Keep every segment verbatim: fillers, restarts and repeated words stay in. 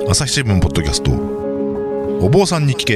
朝日新聞ポッドキャスト、お坊さんに聞け。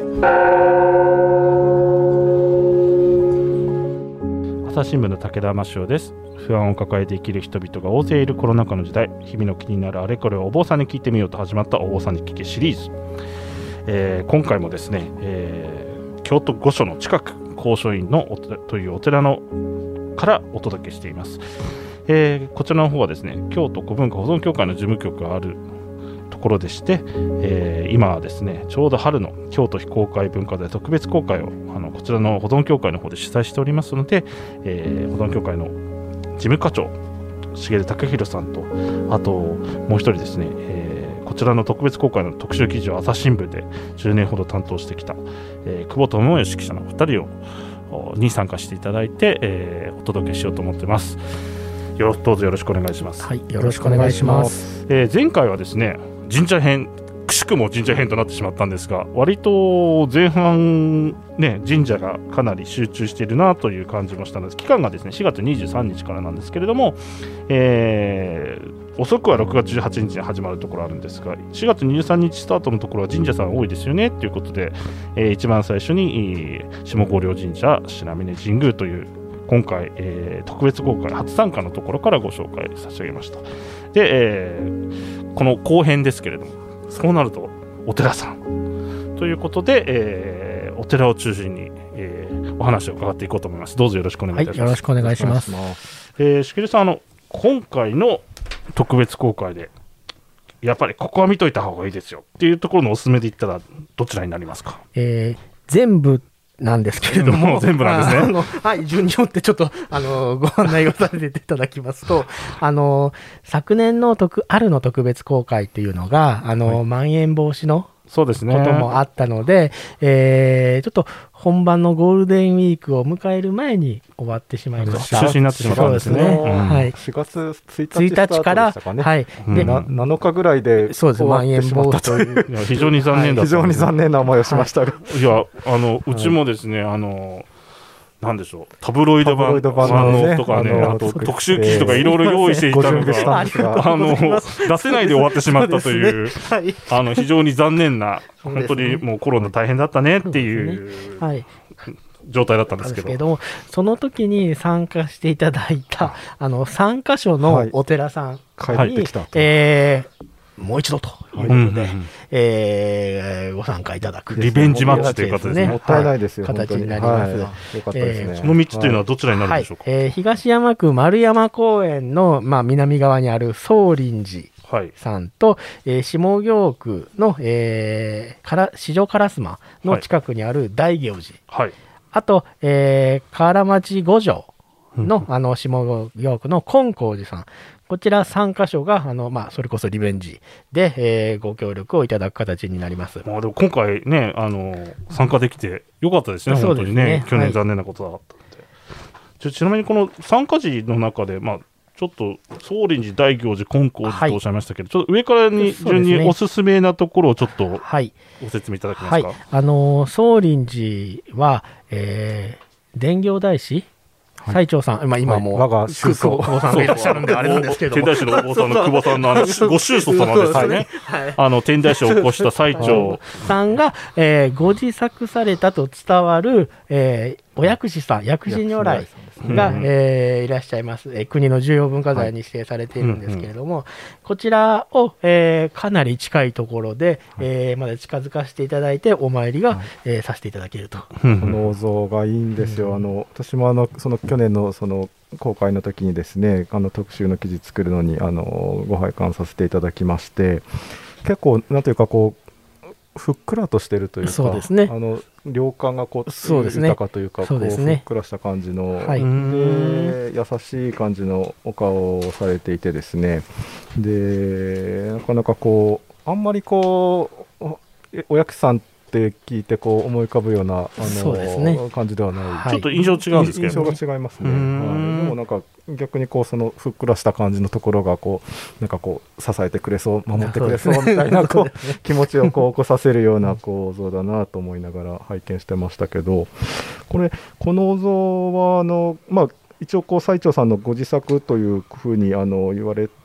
朝日新聞の武田真潮です。不安を抱えて生きる人々が大勢いるコロナ禍の時代、日々の気になるあれこれをお坊さんに聞いてみようと始まったお坊さんに聞けシリーズ、えー、今回もですね、えー、京都御所の近く高所院のおというお寺のからお届けしています。えー、こちらの方はですね、京都古文化保存協会の事務局があるところでして、えー、今はですね、ちょうど春の京都非公開文化財特別公開をあのこちらの保存協会の方で主催しておりますので、えー、保存協会の事務課長重武弘さんと、あともう一人ですね、えー、こちらの特別公開の特集記事を朝日新聞でじゅうねんほど担当してきた、えー、久保智義記者のふたりをに参加していただいて、えー、お届けしようと思ってます。よろどうぞよろしくお願いします。 はい、よろしくお願いします。 えー、前回はですね、神社編、くしくも神社編となってしまったんですが、割と前半ね、神社がかなり集中しているなという感じもしたのです。期間がですね、しがつにじゅうさんにちからなんですけれども、えー、遅くはろくがつじゅうはちにちに始まるところあるんですが、しがつにじゅうさんにちスタートのところは神社さん多いですよねということで、えー、一番最初に下郡神社白峰神宮という今回、えー、特別公開初参加のところからご紹介差し上げました。で、えー、この後編ですけれども、そうなるとお寺さんということで、えー、お寺を中心に、えー、お話を伺っていこうと思います。どうぞよろしくお願いいたします。 はい、よろしくお願いします。 えー、しきるさん、あの今回の特別公開でやっぱりここは見といた方がいいですよっていうところのおすすめで言ったらどちらになりますか？ えー、全部なんですけれども、 もう全部なんですね。 あのはい、順によってちょっとあのご案内をさせていただきますと、あの昨年の特春の特別公開というのがあの、はい、まん延防止のそうですね、 こともあったので、えー、ちょっと本番のゴールデンウィークを迎える前に終わってしまいました。 中止になってしまったんですね。 そうですね、うん、はい、 しがつついたちスタートでしたかね。 はい、でななのかぐらいでそうです、まん延防止といういや非常に残念だった、 はい、非常に残念な思いをしましたが、はい、 いやあのうちもですね、あのなんでしょう、タブロイド版とかね、あと特集記事とかいろいろ用意していたのが、あの出せないで終わってしまったという、あの非常に残念な、本当にもうコロナ大変だったねっていう状態だったんですけど、 けどその時に参加していただいたあのさんかしょのお寺さんに、 はい、帰ってきたと、 えーもう一度ということで、うんうん、えー、ご参加いただくリベンジマッチという形ですね。 もったいないですよ、 はい、形になります。はい、 よかったですね。 えー、そのみっつというのはどちらになるんでしょうか？ はい、えー、東山区丸山公園の、まあ、南側にある宗林寺さんと、はい、えー、下京区の、えー、から四条烏丸の近くにある大行寺、はい、あと、えー、河原町五条の、うん、あの下京区の金光寺さん、こちらさんかしょがあの、まあ、それこそリベンジで、えー、ご協力をいただく形になります。 まあ、でも今回ね、あの参加できてよかったですね、本当にね。去年残念なことだったので、はい、ち, ちなみにこの参加時の中で、まあ、ちょっと宗林寺大行寺金光寺とおっしゃいましたけど、はい、ちょっと上からに順におすすめなところをちょっとご説明いただけますか？ はいはい、あの宗林寺は、えー、伝行大師最長さん、まあ、今も、 はい、我が宗祖久保さんがいらっしゃるんであれなんですけど、 天台宗のお坊さんの久保さんのあのご宗祖様ですよね。はい、あの天台宗を起こした最長さんが、えー、ご自作されたと伝わる、えー、お薬師さん、薬師如来が、うん、えー、いらっしゃいます、えー。国の重要文化財に指定されているんですけれども、はい、こちらを、えー、かなり近いところで、はい、えー、まだ近づかせていただいてお参りが、はい、えー、させていただけると。このお像がいいんですよ。あの私もあのその去年のその公開の時にですね、あの特集の記事作るのにあのご拝観させていただきまして、結構なんというかこうふっくらとしてるというか、 そうですね、 あの良感がこうそうですね、 豊かというか、こうふっくらした感じの、はい、で優しい感じのお顔をされていてですね、でなかなかこうあんまりこうお薬師さんって聞いてこう思い浮かぶようなあのーね、感じではない、 はい、ちょっと印象違うんですけど、 印象が違いますね。はい、でもなんか逆にこうそのふっくらした感じのところがこうなんかこう支えてくれそう、守ってくれそうみたいなこう気持ちをこう起こさせるようなこう像だなと思いながら拝見してましたけど、これこのお像はあのまあ一応こう最澄さんのご自作というふうにあの言われ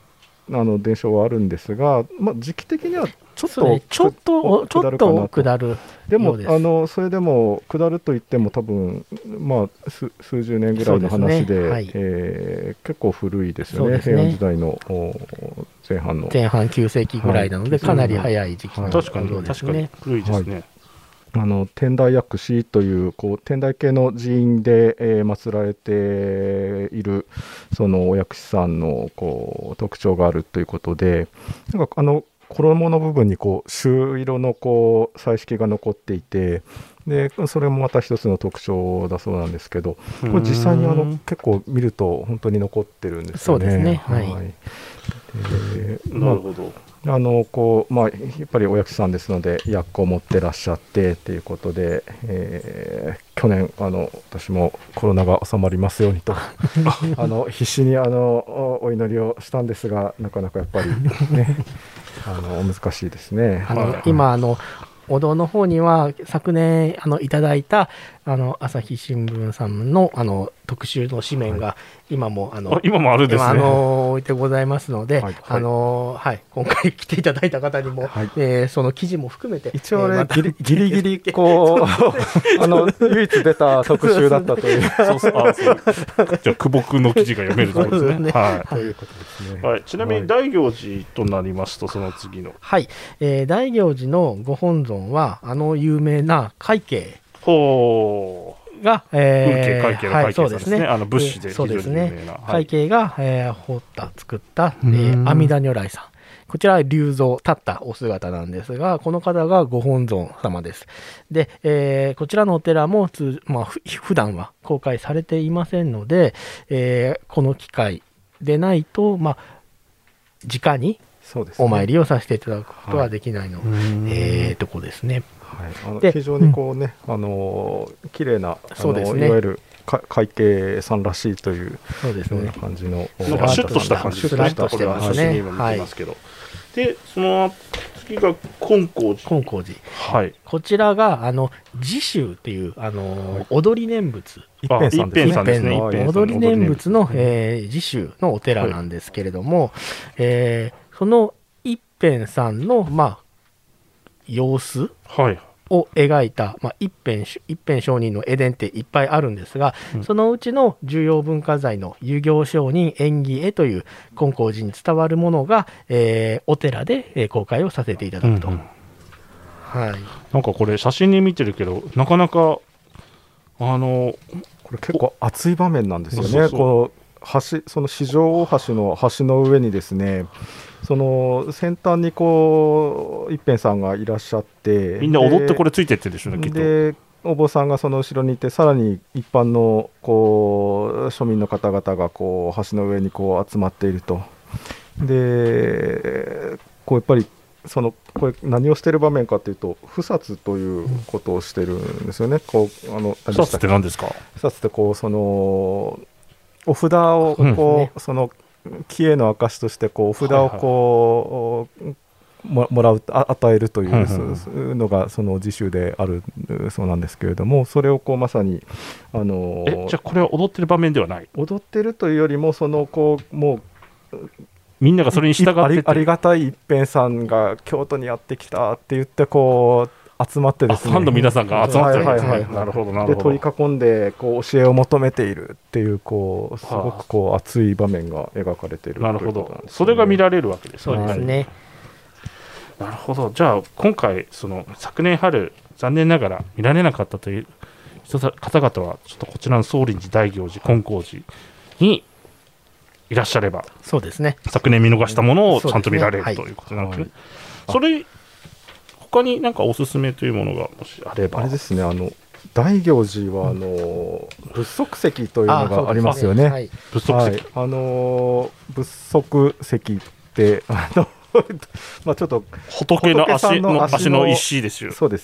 あの伝承はあるんですが、まあ、時期的にはちょっと、 ね、ちょっとちょっと下るでもあのそれでも下るといっても多分、まあ、数, 数十年ぐらいの話 で, で、ねはい、えー、結構古いですよ ね, ね平安時代の前半の前半きゅうせいきぐらいなので、はい、かなり早い時期の、 はい、確かに確かに古いですね、はい、 あの天台薬師というこう天台系の寺院で、えー、祀られているそのお薬師さんのこう特徴があるということで、なんかあの衣の部分にこう朱色のこう彩色が残っていて、でそれもまた一つの特徴だそうなんですけど、これ実際にあの結構見ると本当に残ってるんですよね。 そうですね、はい、 はい、えー、なるほど。あのこうまあ、やっぱりお薬師さんですので薬効を持ってらっしゃってということで、えー、去年あの私もコロナが収まりますようにとあの必死にあのお祈りをしたんですが、なかなかやっぱりねあの難しいですね。 あの今あのお堂の方には昨年あのいただいたあの朝日新聞さんのあの特集の紙面が今もあの、 はい、今もあるんですね。 あの置いてございますので、はいはい、あのはい、今回来ていただいた方にも、はい、えー、その記事も含めて一応ね、えーま、ギリギリギリこうあの唯一出た特集だったというそうそうあそうじゃあ久保君の記事が読めるということですね。はい、 ということですね。 はい、ちなみに大行寺となりますと、その次のはい、えー、大行寺のご本尊はあの有名な快慶ほうが、えー、運慶快慶の快慶さんですね、はい、あの仏師で非常に有名な、 快慶が、えー、彫った作った、えー、阿弥陀如来さん、こちらは龍像立ったお姿なんですが、この方がご本尊様です。で、えー、こちらのお寺もつ、まあ、ふ普段は公開されていませんので、えー、この機会でないと、まあ、直にお参りをさせていただくことはできないの、はい、えー、とこですね。 はい、あの非常にこうね、うん、あの綺麗なそうです、ね、いわゆる快慶さんらしいというそうです、ね、 ような感じのなんかシュッとした感じですね。 シュッとしてますね。 今見てますけど、はい、でその次が金光寺。 金光寺、 はい、 こちらがあの慈宗っていうあの、はい、踊り念仏一辺さんですね。 踊り念仏の、えー、慈宗のお寺なんですけれども、はい、えー、その一辺さんのまあ様子を描いた、まあ、一辺一辺上人の絵伝っていっぱいあるんですが、うん、そのうちの重要文化財の遊行上人縁起絵という金光寺に伝わるものが、えー、お寺で、えー、公開をさせていただくと、うんうん、はい、 なんかこれ写真に見てるけどなかなかあのこれ結構熱い場面なんですよね。そうそうこの橋、その四条大橋の橋の上にですね、その先端にこう一辺さんがいらっしゃって、 みんな踊ってこれついてってるでしょうね、きっと。 でお坊さんがその後ろにいて、さらに一般のこう庶民の方々がこう橋の上にこう集まっていると。でこうやっぱりそのこれ何をしている場面かというと、不殺ということをしてるんですよね。こうあの不殺って何ですか？ 不殺ってこうそのお札をこう、うん、その帰依の証としてこうお札をこう、はいはい、も, もらう与えるというのがその慈宗であるそうなんですけれども、それをこうまさにあのえじゃあこれは踊ってる場面ではない？ 踊ってるというよりもそのこうもうみんながそれに従っててあ, りありがたい一辺さんが京都にやってきたって言ってこう集まってですね、 ファンの皆さんが集まってるんですね。 はいはいはい、なるほどなるほど。で取り囲んでこう教えを求めているっていうこうすごくこう熱い場面が描かれている。 なるほど、ね、それが見られるわけですね。 そうですね。 なるほど。じゃあ今回その昨年春残念ながら見られなかったという方々はちょっとこちらの宗林寺大行寺金光寺にいらっしゃれば、 そうですね、 昨年見逃したものをちゃんと見られる、ね、ということなんですね。はい、それ他に何かおすすめというものがもしあれば。 あれですね、あの大行寺はあの仏足石というのがありますよね。はい、 仏足石、 はい、あの仏足石ってあのまあちょっと仏の足の足の石ですよ。 そうですね。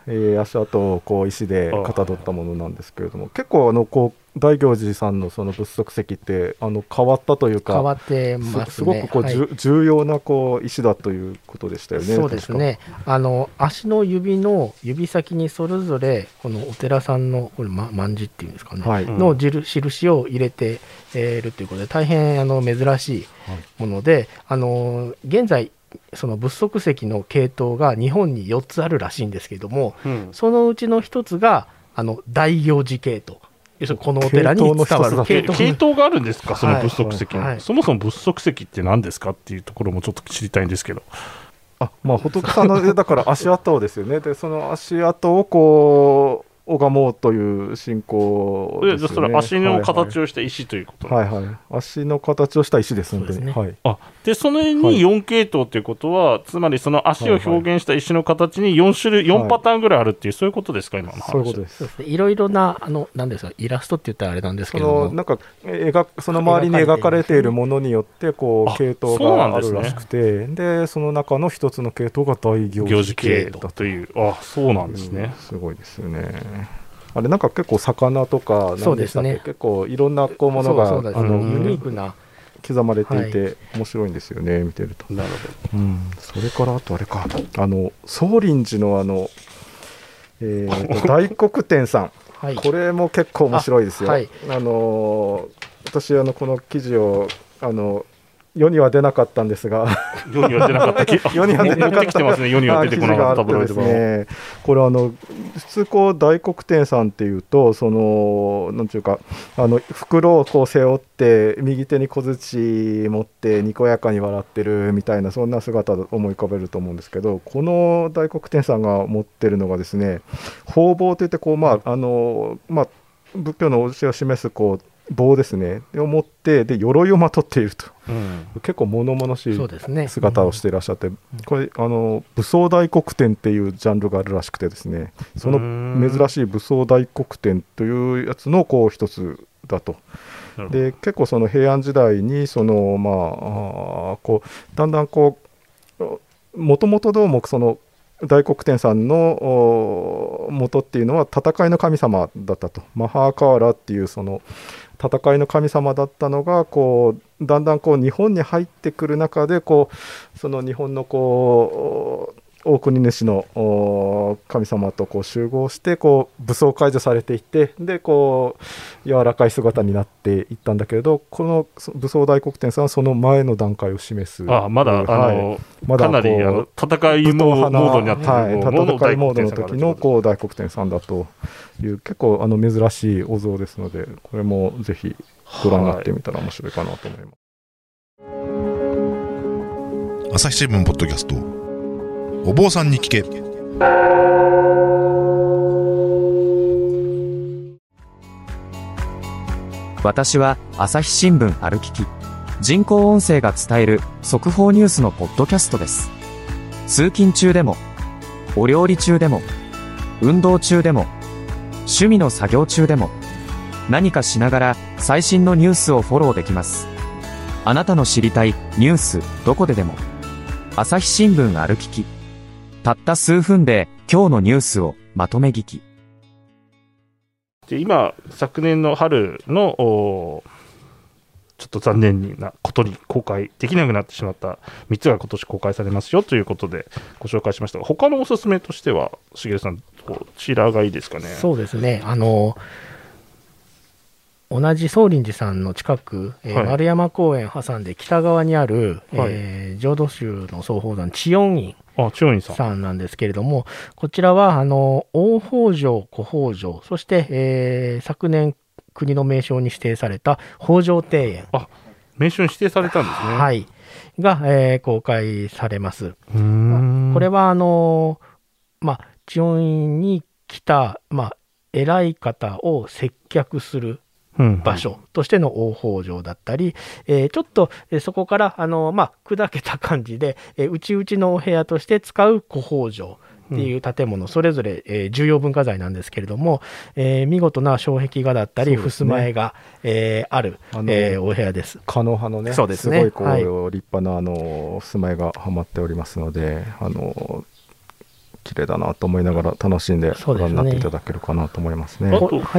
えー、足跡をこう石でかたどったものなんですけれども、結構あのこう大行寺さんのその仏足石ってあの変わったというか、 変わってますね。 す, すごくこう、はい、重要なこう石だということでしたよね。 そうですね。あの足の指の指先にそれぞれこのお寺さんのこれ万字っていうんですかね、はい、の印を入れているということで、大変あの珍しいもので、はい、あの現在その仏足石の系統が日本によっつあるらしいんですけれども、うん、そのうちのひとつがあの大行寺系統、このお寺に伝わる系統系統があるんですか、その仏足石、はいはい、そもそも仏足石って何ですかっていうところもちょっと知りたいんですけど。 あ、まあ、仏さんのだから足跡ですよね。でその足跡をこう拝もうという信仰ですよね。 それ足の形をした石ということなんです、 はいはい、足の形をした石ですので、ね、はい、 あでそれによん系統ということは、はい、つまりその足を表現した石の形によん種類、よんパターンぐらいあるっていう、そういうことですか、今の話。 そういうことです。 そうですね、いろいろなあのなんですか、イラストって言ったらあれなんですけども、 そのなんか描その周りに描かれているものによってこう系統があるらしくて、 で, でその中の一つの系統が大行寺系だという。 あ、そうなんですね、 うん、すごいですよね。あれなんか結構魚とかなんでしたっけ、ね、結構いろんなこうものがそうそうそう、あのユニークな刻まれていて面白いんですよね、はい、見てると。 なるほど、 うん、それからあとあれか、あの宗林寺のあの、えー、と大黒天さん、はい、これも結構面白いですよ。あ、はい、あの私あのこの記事をあの世には出なかったんですが世には出なかった世には出なかった世には出てこなかったタブロイド版、 ね、これあの普通こう大黒天さんっていうと、そのなんていうか、あの袋をこう背負って右手に小槌持ってにこやかに笑ってるみたいな、そんな姿を思い浮かべると思うんですけど、この大黒天さんが持ってるのがですね、宝棒といってこう、まああのまあ、仏教の教えを示すこう棒ですねを持って、で鎧をまとっていると、うん、結構物々しい姿をしていらっしゃって、ね、うん、これあの武装大黒天っていうジャンルがあるらしくてですね、その珍しい武装大黒天というやつのこう一つだと。で結構その平安時代にその、まあ、あこうだんだんこうもともとどうもその大黒天さんの元っていうのは戦いの神様だったと、マハーカーラっていうその戦いの神様だったのが、こうだんだんこう日本に入ってくる中で、こうその日本のこう大国主の神様とこう集合してこう武装解除されていって、でこう柔らかい姿になっていったんだけれど、この武装大黒天さんはその前の段階を示す。 ああ、まだ、はい、あのまだかなりあの戦いモードになっている、 はい、戦いモードの時のこう大黒天さんだという結構あの珍しいお像ですので、これもぜひご覧になってみたら面白いかなと思います。 はい、朝日新聞ポッドキャスト、お坊さんに聞け。 私は朝日新聞ある聞き、人工音声が伝える速報ニュースのポッドキャストです。通勤中でも、お料理中でも、運動中でも、趣味の作業中でも、何かしながら最新のニュースをフォローできます。あなたの知りたいニュースどこででも、朝日新聞ある聞き。たった数分で今日のニュースをまとめ聞き。 で今昨年の春のちょっと残念なことに公開できなくなってしまったみっつが今年公開されますよということでご紹介しましたが、他のおすすめとしては茂さん、こちらがいいですかね。 そうですね、あの同じ宗林寺さんの近く、えーはい、丸山公園挟んで北側にある、はい、えー、浄土宗の総宝山智恩院さんなんですけれども、こちらはあの大宝城、小宝城、そして、えー、昨年国の名勝に指定された北条庭園、 あ、名勝に指定されたんですね。 はい、が、えー、公開されます。うーん、これはあの、まあ、智恩院に来た、まあ、偉い方を接客する場所としての大宝城だったり、うんうん、えー、ちょっと、えー、そこからあの、まあ、砕けた感じで、えー、内々のお部屋として使う小宝城っていう建物、うん、それぞれ、えー、重要文化財なんですけれども、えー、見事な障壁画だったり、襖絵が、えー、ある、あえー、お部屋です。 狩野派のね、そうですね、すごいこう、はい、立派なあの襖絵がはまっておりますので、あの綺麗だなと思いながら楽しんでご覧になっていただけるかなと思いますね。 あと、はい、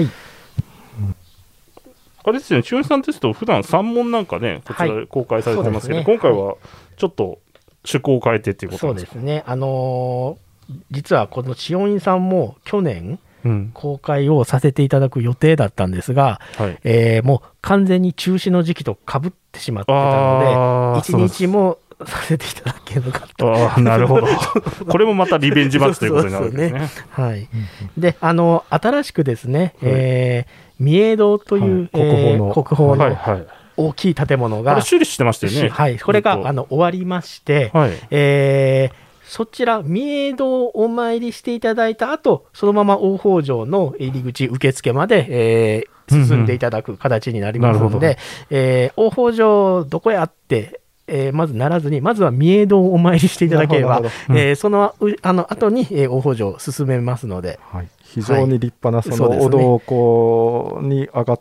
あれですね、千代さんですと普段三門なんかねこちらで公開されてますけど、はい、今回はちょっと趣向を変えてっていうことなんですか。 そうですね、あのー、実はこの千代さんも去年公開をさせていただく予定だったんですが、はい、えー、もう完全に中止の時期とかぶってしまってたので、一日もさせていただけなかった。 あ、なるほど。これもまたリベンジマッチということになるんですね。そうそうそうね、 はい。で、あの新しくですね、はい、えー、御影堂という、はい、国宝の、えー、国宝の、はいはい、大きい建物が、 あれ修理してましたよね。 はい、これがあの終わりまして、はい、えーそちら、御影堂をお参りしていただいた後、そのまま大宝城の入り口、受付まで、えー、進んでいただく形になりますので、うんうん、えー、大宝城どこやって、えー、まずならずに、まずは御影堂をお参りしていただければ、うん、えー、そのあの後に、えー、大宝城を進めますので、 はい、非常に立派なそのお堂こうに上がって、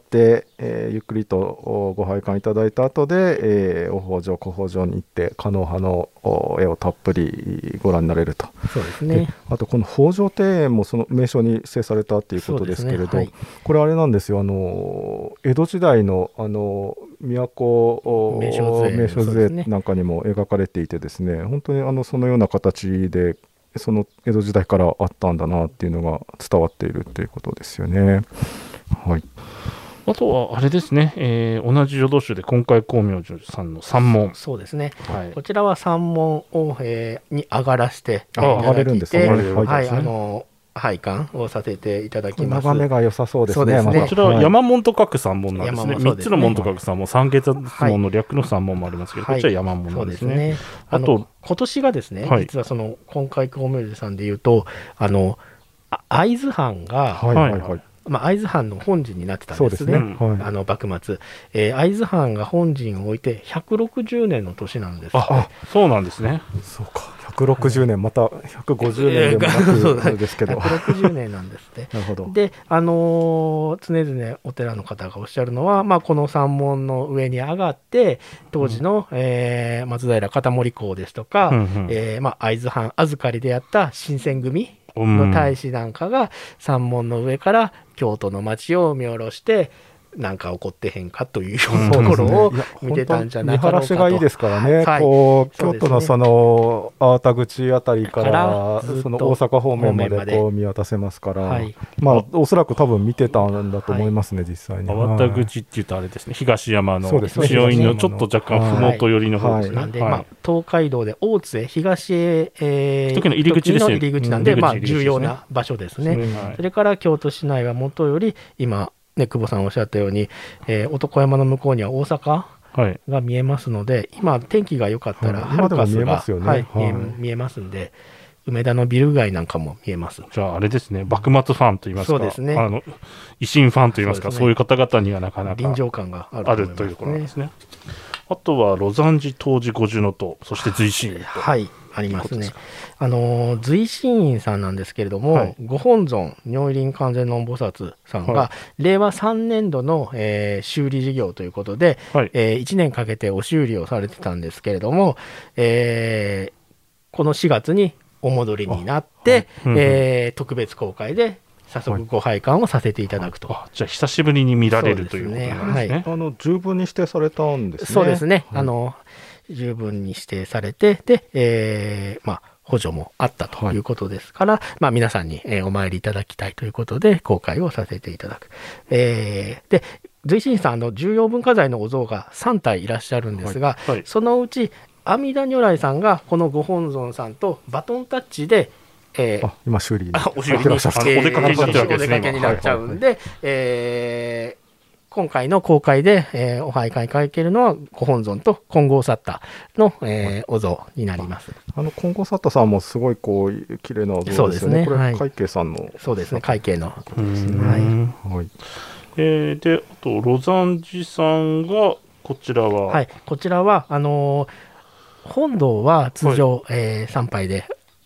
えー、ゆっくりとご拝観いただいた後で、えー、大宝城、小宝城に行って狩野派の絵をたっぷりご覧になれると。 そうですね。 あとこの北条庭園もその名称に指定されたということですけれど、ね、はい、これあれなんですよ、あの江戸時代のあの都名所図絵なんかにも描かれていてですね、本当にあのそのような形でその江戸時代からあったんだなっていうのが伝わっているっていうことですよね。はい。 あとはあれですね、えー、同じ浄土宗で金海光明寺さんの三門。 そうですね、はい、こちらは三門を、えー、に上がらせていただいて、上がれるんですね。 はい、あの拝観をさせていただきます。 眺めが良さそうですね。 そうですね、 こちらは山門と書く三門なんですね。みっつの門と書く三門、三桁門の略の三門もありますけど、はい、こちら山門なんですね。はい、そうですね。 あと今年がですね、はい、実はその金海光明寺さんでいうと、あの会津藩が、はいはいはい、まあ、会津藩の本陣になってたんですね。そうですね、はい、あの幕末、えー、会津藩が本陣を置いてひゃくろくじゅうねんの年なんです、ね。 あ、そうなんですね。 そうか。ひゃくろくじゅうねん、またひゃくごじゅうねんでもなくですけど、 ひゃくろくじゅうねんなんですね。 なるほど。 で、あのー、常々お寺の方がおっしゃるのは、まあ、この三門の上に上がって当時の、うん、えー、松平片森公ですとか、うんうん、えーまあ、会津藩預かりでやった新選組の大使なんかが三門の上から京都の街を見下ろしてなんか起こってへんかというようなところを見てたんじゃないかなと。 見晴らしがいいですからね、はい、こう京都のその粟田口あたりからその大阪方面までこう見渡せますから、はい、まあおそらく多分見てたんだと思いますね、はい、実際に。 粟田口っていうとあれですね、東山の千代院のちょっと若干麓寄りの方ですね。 なんで、まあ、東海道で大津へ東へ、えー、 時の入り口ですね。 入り口なんで、うん、まあ、重要な場所ですね。はい、それから京都市内はもとより今ね、久保さんおっしゃったように、えー、男山の向こうには大阪が見えますので、はい、今天気が良かったらハルカスが、はいはい、見え見えますんで、梅田のビル街なんかも見えます。 じゃああれですね、幕末ファンといいますか、そうですね、あの維新ファンといいますか、そういう方々にはなかなか臨場感があると, あるというところなんですね。あとは魯山寺東寺五重塔、そして随心院と、 はいありますね。あの随心院さんなんですけれども、はい、ご本尊如意輪観世音菩薩さんが、はい、令和さんねん度の、えー、修理事業ということで、はい、えー、いちねんかけてお修理をされてたんですけれども、えー、このしがつにお戻りになって、はい、えー、特別公開で早速ご拝観をさせていただくと、 はい、あ、じゃあ久しぶりに見られるということなんですね。はい、 あの十分に指定されたんですね。 そうですね、はい、あの十分に指定されて、で、えー、まあ補助もあったということですから、はい、まあ、皆さんに、えー、お参りいただきたいということで公開をさせていただく。えー、で随心さんの重要文化財のお像がさんたいいらっしゃるんですが、はいはい、そのうち阿弥陀如来さんがこのご本尊さんとバトンタッチで、えー、 あ今修理にお修理に、えー、お出かけになっちゃうわけですね。お出かけになっちゃうんで、はいはいはい、えー今回の公開で、えー、お拝観いただけるのはご本尊と金剛薩埵の、えー、お像になります。 あの金剛薩埵さんもすごいこう綺麗なお像ですよね。そうですね。これ、はい、快慶さんの。 そうですね。快慶の。 はいはい、えー、であと魯山寺さんがこちらは、 はい、こちらはあのー、本堂は通常、はい、えー、参拝で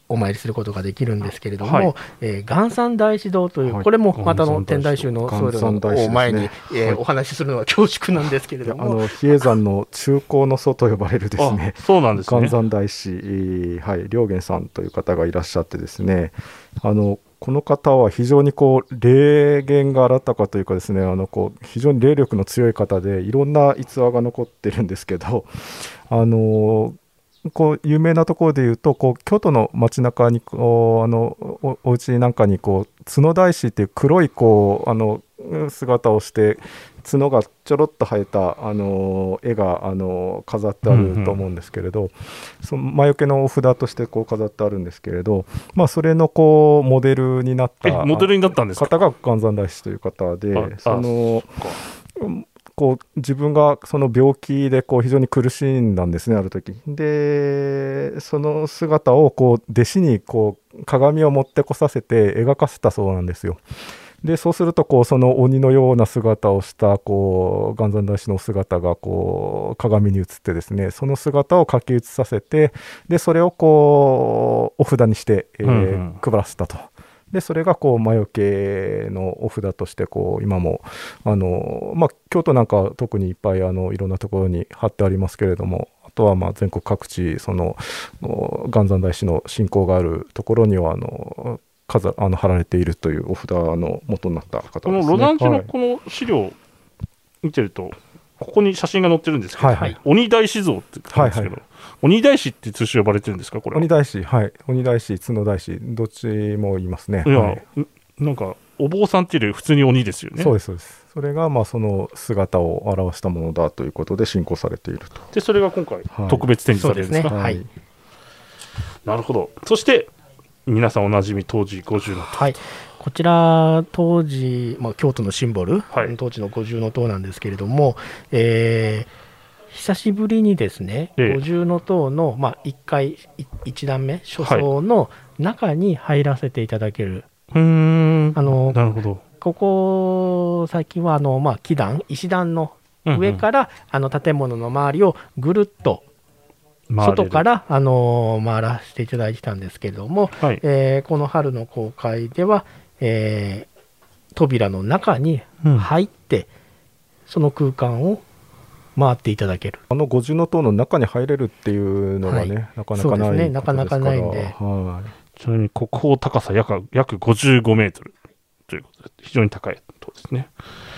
お参りすることができるんですけれども、 はい、 えー、元三大師堂という、はい、これもまたの天台宗の僧侶のを前に、ねえーはい、お話しするのは恐縮なんですけれども、 あの比叡山の中高の祖と呼ばれるですね、 そうなんですね、 元三大師、はい、良源さんという方がいらっしゃってですね、あのこの方は非常にこう霊言が新たかというかですね、あのこう非常に霊力の強い方で、いろんな逸話が残ってるんですけど、あのこう有名なところでいうと、こう京都の街中にこうあの お, お家なんかにこう角大師っていう黒いこうあの姿をして角がちょろっと生えたあの絵があの飾ってあると思うんですけれど、うんうん、その魔除けのお札としてこう飾ってあるんですけれど、まあ、それのこうモデルになったモデルになったんですか方が元三大師という方で、そのこう自分がその病気でこう非常に苦しんだんですね、ある時で、その姿をこう弟子にこう鏡を持ってこさせて描かせたそうなんですよ。でそうするとこうその鬼のような姿をしたこう元三大師の姿がこう鏡に映ってですね、その姿を書き写させて、でそれをこうお札にして、えーうんうん、配らせたと。でそれがこう魔除けのお札としてこう今もあの、まあ、京都なんか特にいっぱいあのいろんなところに貼ってありますけれども、あとはまあ全国各地その元三大師の信仰があるところにはあの飾あの貼られているというお札の元になった方ですね。 このロダンジのこの資料を見てると、はい、ここに写真が載ってるんですけど、はいはい、鬼大師像って書いてますけど、はいはい、鬼大師って通称呼ばれてるんですか、これは。 鬼大師、はい、鬼大師、角大師、どっちも言いますね。 いや、 はい、 なんかお坊さんっていうより普通に鬼ですよね。 そうですそうです。それがまあその姿を表したものだということで信仰されていると。 でそれが今回、はい、特別展示されるんですか。 そうですね、はい、 なるほど。そして皆さんおなじみ当時五重塔、 はい、こちら当時、まあ、京都のシンボル、 はい、 当時の五重塔なんですけれども、えー、久しぶりにですね、ええ、五重塔の、まあ、いっかいいち段目初層の中に入らせていただける、 はい、うーんあのなるほど。 ここ最近はあの、まあ、基段石段の上から、うんうん、あの建物の周りをぐるっと外から、あのー、回らせていただいてたんですけれども、はい、えー、この春の公開では、えー、扉の中に入って、うん、その空間を回っていただける。 あの五重塔の中に入れるっていうのがね、はい、なかなかないことですから。そうですね、 なかなかないんで、 はい、 ちなみに国宝高さ約、約ごじゅうごメートルということで非常に高い塔ですね。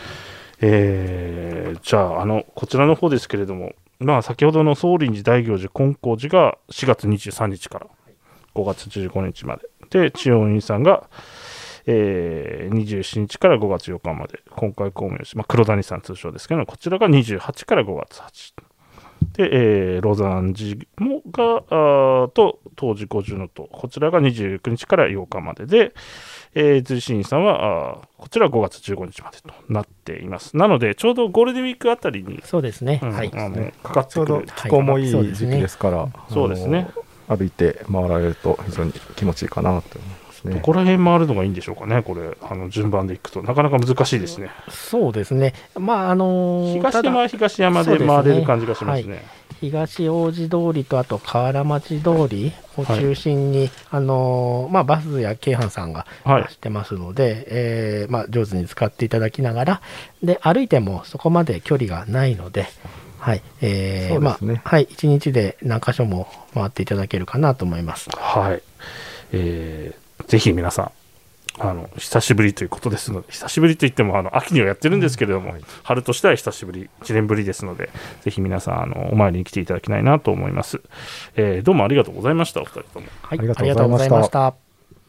えー、じゃあ、あのこちらの方ですけれども、まあ、先ほどの宗林寺大行寺金光寺がしがつにじゅうさんにちからごがつじゅうごにちまでで、知恩院さんが、えー、にじゅうしちにちからごがつよっかまで今回公明し、まあ、黒谷さん通称ですけど、こちらがにじゅうはちからごがつはちで、えー、ロザン寺もがあと当時五重塔、こちらがにじゅうくにちからようかまでで、えー、随心院さんはあこちらはごがつじゅうごにちまでとなっています。なのでちょうどゴールデンウィークあたりにそうですね、うん、 はい、あのね、 かかってくる気候もいい時期ですから、 そうですね、 歩いて回られると非常に気持ちいいかなと思いますね。 どこら辺回るのがいいんでしょうかね、これあの順番でいくとなかなか難しいですね。 そうですね、まああのー、 東山は東山で回れる感じがしますね。 東大路通りとあと河原町通りを中心に、はい、あのーまあ、バスや京阪さんが走ってますので、はい、えーまあ、上手に使っていただきながらで歩いてもそこまで距離がないので、はいえーまあはい、いちにちで何箇所も回っていただけるかなと思います。 はい、えー、ぜひ皆さんあの久しぶりということですので、久しぶりといってもあの秋にはやってるんですけれども、うんはい、春としては久しぶり、いちねんぶりですので、ぜひ皆さんあのお参りに来ていただきたいなと思います。えー、どうもありがとうございました、お二人とも。 はい、ありがとうございました。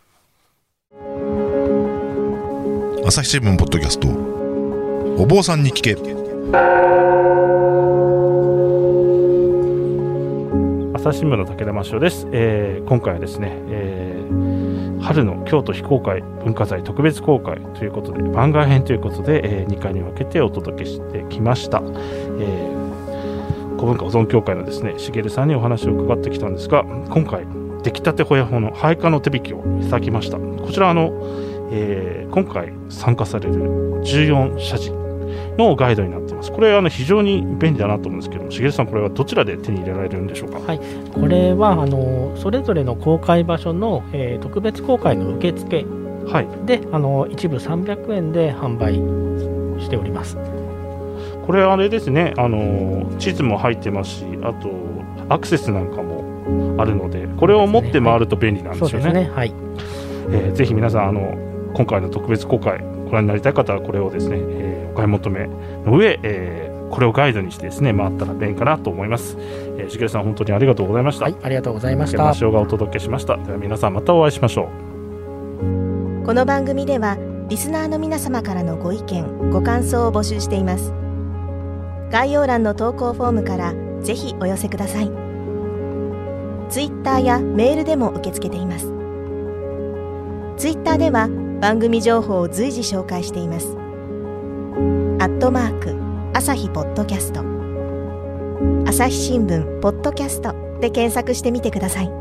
朝日新聞ポッドキャスト、お坊さんに聞け。 朝日新聞の武田真翔です。えー、今回はですね、えー春の京都非公開文化財特別公開ということで番外編ということで、えー、にかいに分けてお届けしてきました。えー、古文化保存協会のですね茂さんにお話を伺ってきたんですが、今回出来たてほやほの配下の手引きをいただきました。こちらあの、えー、今回参加されるじゅうよん社寺のガイドになっています。これあの非常に便利だなと思うんですけども、しげるさん、これはどちらで手に入れられるんでしょうか。 はい、これはあのそれぞれの公開場所の、えー、特別公開の受付はい、 であの一部さんびゃくえんで販売しております。 これあれですね、あの地図も入ってますし、あとアクセスなんかもあるので、これを持って回ると便利なんですよね。 そうですね、はい。 えー、ぜひ皆さんあの今回の特別公開ご覧になりたい方はこれをですね、えー、お買い求めの上、えー、これをガイドにしてですね回ったら便利かなと思います。えー、しげるさん、本当にありがとうございました。 はい、ありがとうございました。 竹山がお届けしました。では皆さんまたお会いしましょう。この番組ではリスナーの皆様からのご意見ご感想を募集しています。概要欄の投稿フォームからぜひお寄せください。ツイッターやメールでも受け付けています。ツイッターでは番組情報を随時紹介しています。アットマーク朝日ポッドキャスト、朝日新聞ポッドキャストで検索してみてください。